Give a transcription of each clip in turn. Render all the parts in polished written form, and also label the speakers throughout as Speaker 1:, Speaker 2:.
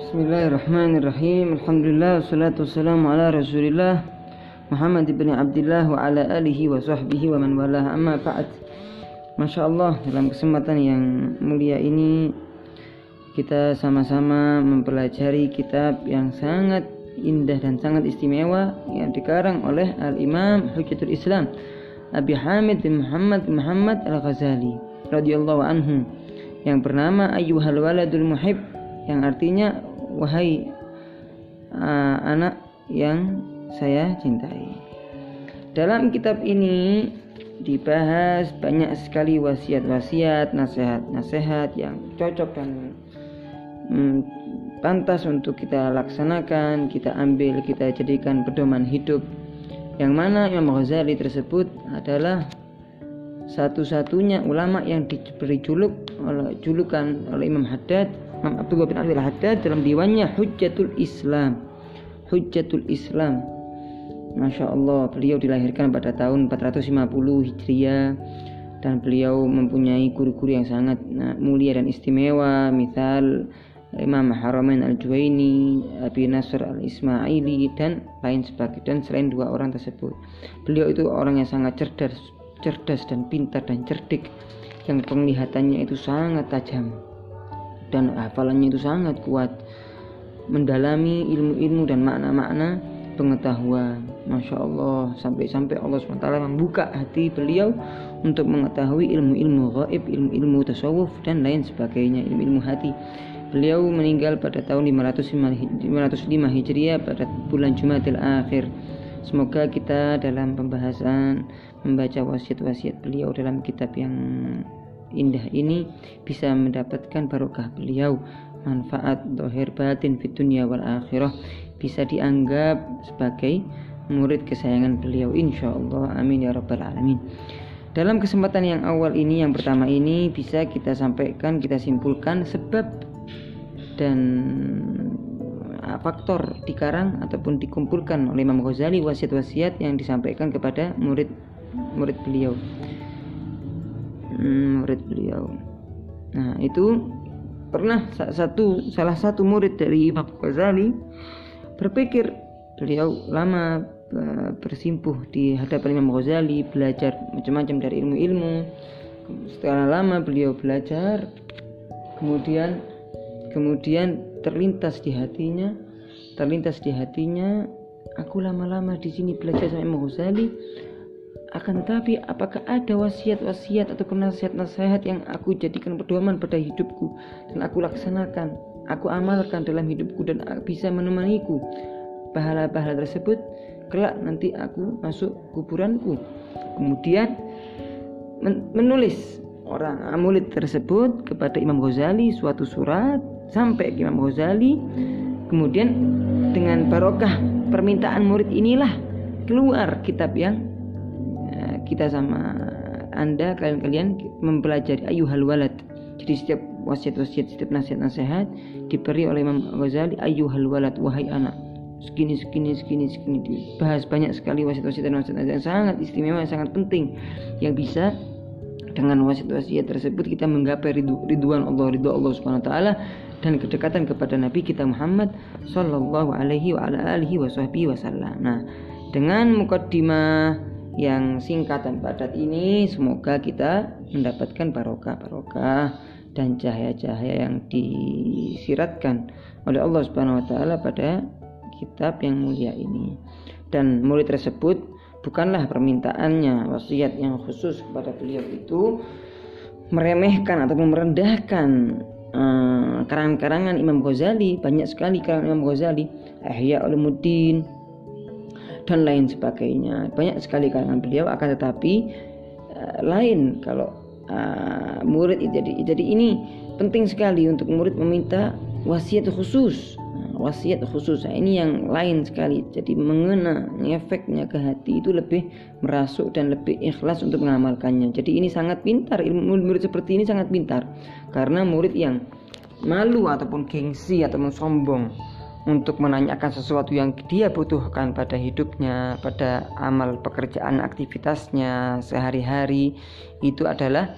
Speaker 1: Bismillahirrahmanirrahim. Alhamdulillah wassalatu wassalamu ala Rasulillah Muhammad ibn Abdullah wa ala alihi wa sahbihi wa man walah, amma ba'd. Masya Allah, dalam kesempatan yang mulia ini kita sama-sama mempelajari kitab yang sangat indah dan sangat istimewa yang dikarang oleh Al-Imam Hujjatul Islam Abi Hamid bin Muhammad Al-Ghazali radhiyallahu anhu, yang bernama Ayyuhal Waladul Muhib, yang artinya wahai anak yang saya cintai. Dalam kitab ini dibahas banyak sekali wasiat-wasiat, nasihat-nasihat yang cocok dan pantas untuk kita laksanakan, kita ambil, kita jadikan pedoman hidup. Yang mana Imam Ghazali tersebut adalah satu-satunya ulama yang diberi julukan oleh Imam Abdullah bin Al-Haddad dalam diwannya Hujjatul Islam. Hujjatul Islam. Masya Allah, beliau dilahirkan pada tahun 450 Hijriah dan beliau mempunyai guru-guru yang sangat mulia dan istimewa, misal Imam Haramain Al-Juwaini, Abi Nasr Al-Ismaili dan lain sebagainya. Dan selain dua orang tersebut, beliau itu orang yang sangat cerdas dan pintar dan cerdik, yang penglihatannya itu sangat tajam dan hafalannya itu sangat kuat, mendalami ilmu-ilmu dan makna-makna pengetahuan. Masya Allah, sampai-sampai Allah SWT membuka hati beliau untuk mengetahui ilmu-ilmu gaib, ilmu-ilmu tasawuf dan lain sebagainya, ilmu-ilmu hati. Beliau meninggal pada tahun 505 Hijriah pada bulan Jumadil Akhir. Semoga kita dalam pembahasan membaca wasiat-wasiat beliau dalam kitab yang indah ini bisa mendapatkan barokah beliau, manfaat zahir batin fid dunya wal akhirah, bisa dianggap sebagai murid kesayangan beliau insyaallah. Amin ya rabbal alamin. Dalam kesempatan yang awal ini, yang pertama ini, bisa kita sampaikan, kita simpulkan sebab dan faktor dikarang ataupun dikumpulkan oleh Imam Ghazali wasiat-wasiat yang disampaikan kepada murid beliau. Nah, itu pernah salah satu murid dari Imam Ghazali berpikir, beliau lama bersimpuh di hadapan Imam Ghazali, belajar macam-macam dari ilmu-ilmu. Setelah lama beliau belajar, kemudian terlintas di hatinya, aku lama-lama di sini belajar sama Imam Ghazali, akan tetapi apakah ada wasiat-wasiat atau nasihat-nasihat yang aku jadikan pedoman pada hidupku dan aku laksanakan, aku amalkan dalam hidupku dan bisa menemaniku pahala-pahala tersebut kelak nanti aku masuk kuburanku. Kemudian menulis orang murid tersebut kepada Imam Ghazali suatu surat sampai ke Imam Ghazali. Kemudian dengan barokah permintaan murid inilah keluar kitab yang kita sama Anda, kalian mempelajari Ayyuhal Walad. Jadi setiap wasiat-wasiat, setiap nasihat-nasihat diberi oleh Imam Ghazali, Ayyuhal Walad, wahai anak, segini dibahas banyak sekali wasiat-wasiat dan nasihat yang sangat istimewa, yang sangat penting, yang bisa dengan wasiat-wasiat tersebut kita menggapai ridho Allah Subhanahu wa taala dan kedekatan kepada Nabi kita Muhammad sallallahu alaihi wa ala alihi wasallam. Nah, dengan mukaddimah yang singkat dan padat ini, semoga kita mendapatkan barokah dan cahaya-cahaya yang disiratkan oleh Allah Subhanahu wa taala pada kitab yang mulia ini. Dan murid tersebut bukanlah permintaannya wasiat yang khusus kepada beliau itu meremehkan ataupun merendahkan karangan-karangan Imam Ghazali. Banyak sekali karangan Imam Ghazali, Ihya Ulumuddin dan lain sebagainya, banyak sekali karangan beliau. Akan tetapi lain kalau murid itu jadi ini penting sekali untuk murid meminta wasiat khusus. Nah, ini yang lain sekali. Jadi mengena efeknya ke hati itu lebih merasuk dan lebih ikhlas untuk mengamalkannya. Jadi ini sangat pintar, murid seperti ini sangat pintar, karena murid yang malu ataupun gengsi ataupun sombong untuk menanyakan sesuatu yang dia butuhkan pada hidupnya, pada amal pekerjaan aktivitasnya sehari-hari, itu adalah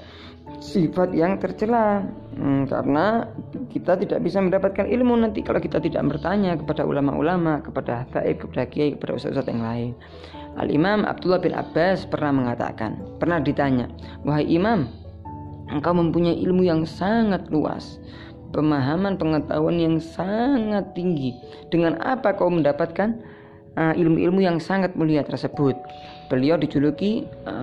Speaker 1: sifat yang tercela. Karena kita tidak bisa mendapatkan ilmu nanti kalau kita tidak bertanya kepada ulama-ulama, kepada habaib, kepada kiai, kepada ustaz-ustaz yang lain. Al-Imam Abdullah bin Abbas pernah ditanya, wahai Imam, engkau mempunyai ilmu yang sangat luas, pemahaman pengetahuan yang sangat tinggi, dengan apa kau mendapatkan ilmu-ilmu yang sangat mulia tersebut? Beliau dijuluki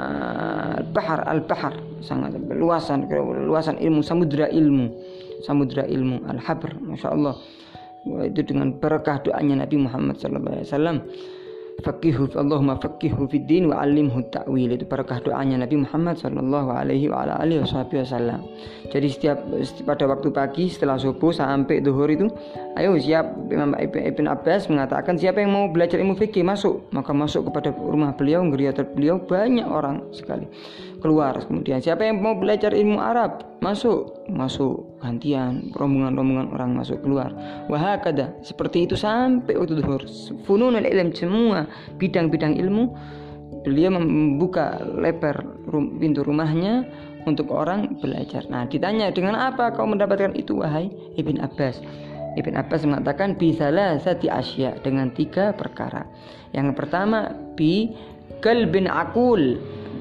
Speaker 1: al-bahar, sangat luasan ilmu, samudra ilmu, al-habr, masya Allah. Itu dengan berkah doanya Nabi Muhammad SAW. Allahumma faqihu fid din wa 'allimhu ta'wil. Itu berkah doanya Nabi Muhammad sallallahu alaihi wasallam. Jadi setiap pada waktu pagi setelah subuh sampai zuhur itu, ayo siap, Imam Ibn Abbas mengatakan siapa yang mau belajar ilmu fikih masuk. Maka masuk kepada rumah beliau, ngeriatat beliau, banyak orang sekali keluar. Kemudian siapa yang mau belajar ilmu Arab masuk gantian, rombongan orang masuk keluar. Wahakada, seperti itu sampai waktu zuhur. Fununul ilm, semua bidang-bidang ilmu beliau membuka lebar pintu rumahnya untuk orang belajar. Nah, ditanya, dengan apa kau mendapatkan itu wahai Ibn Abbas? Ibn Abbas mengatakan bisalah sati asya, dengan 3 perkara. Yang pertama bi qalbin aqul,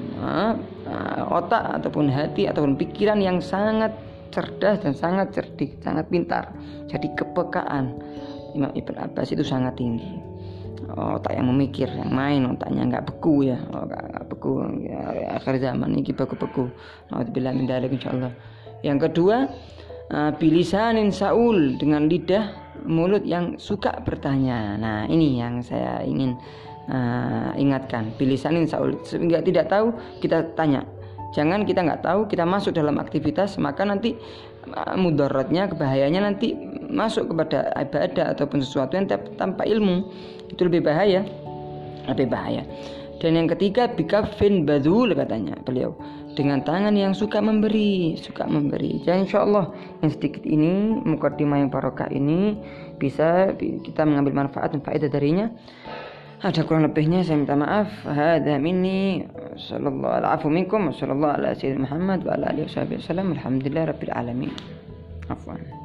Speaker 1: otak ataupun hati ataupun pikiran yang sangat cerdas dan sangat cerdik, sangat pintar. Jadi kepekaan Imam Ibn Abbas itu sangat tinggi. Otak yang memikir, yang main otaknya, nggak beku ya, nggak beku ya, akhir zaman ini beku. Nauzubillah min dzalik insyaallah. Yang kedua, bilisanin saul, dengan lidah mulut yang suka bertanya. Nah, ini yang saya ingin ingatkan, bilisanin saul, sehingga tidak tahu kita tanya. Jangan kita nggak tahu kita masuk dalam aktivitas, maka nanti mudaratnya, kebahayaannya nanti masuk kepada ibadah ataupun sesuatu yang tanpa ilmu, itu lebih bahaya. Dan yang ketiga bikafin badul, katanya beliau, dengan tangan yang suka memberi. Dan insyaallah yang sedikit ini, mukadimah yang barokah ini, bisa kita mengambil manfaat dan faedah darinya. Ada kurang lebihnya saya minta maaf. Hadza minni, sallallahu alaihi minkum, sallallahu ala sayyidina Muhammad wa ala alihi wasallam. Alhamdulillah rabbil alamin. Afwan.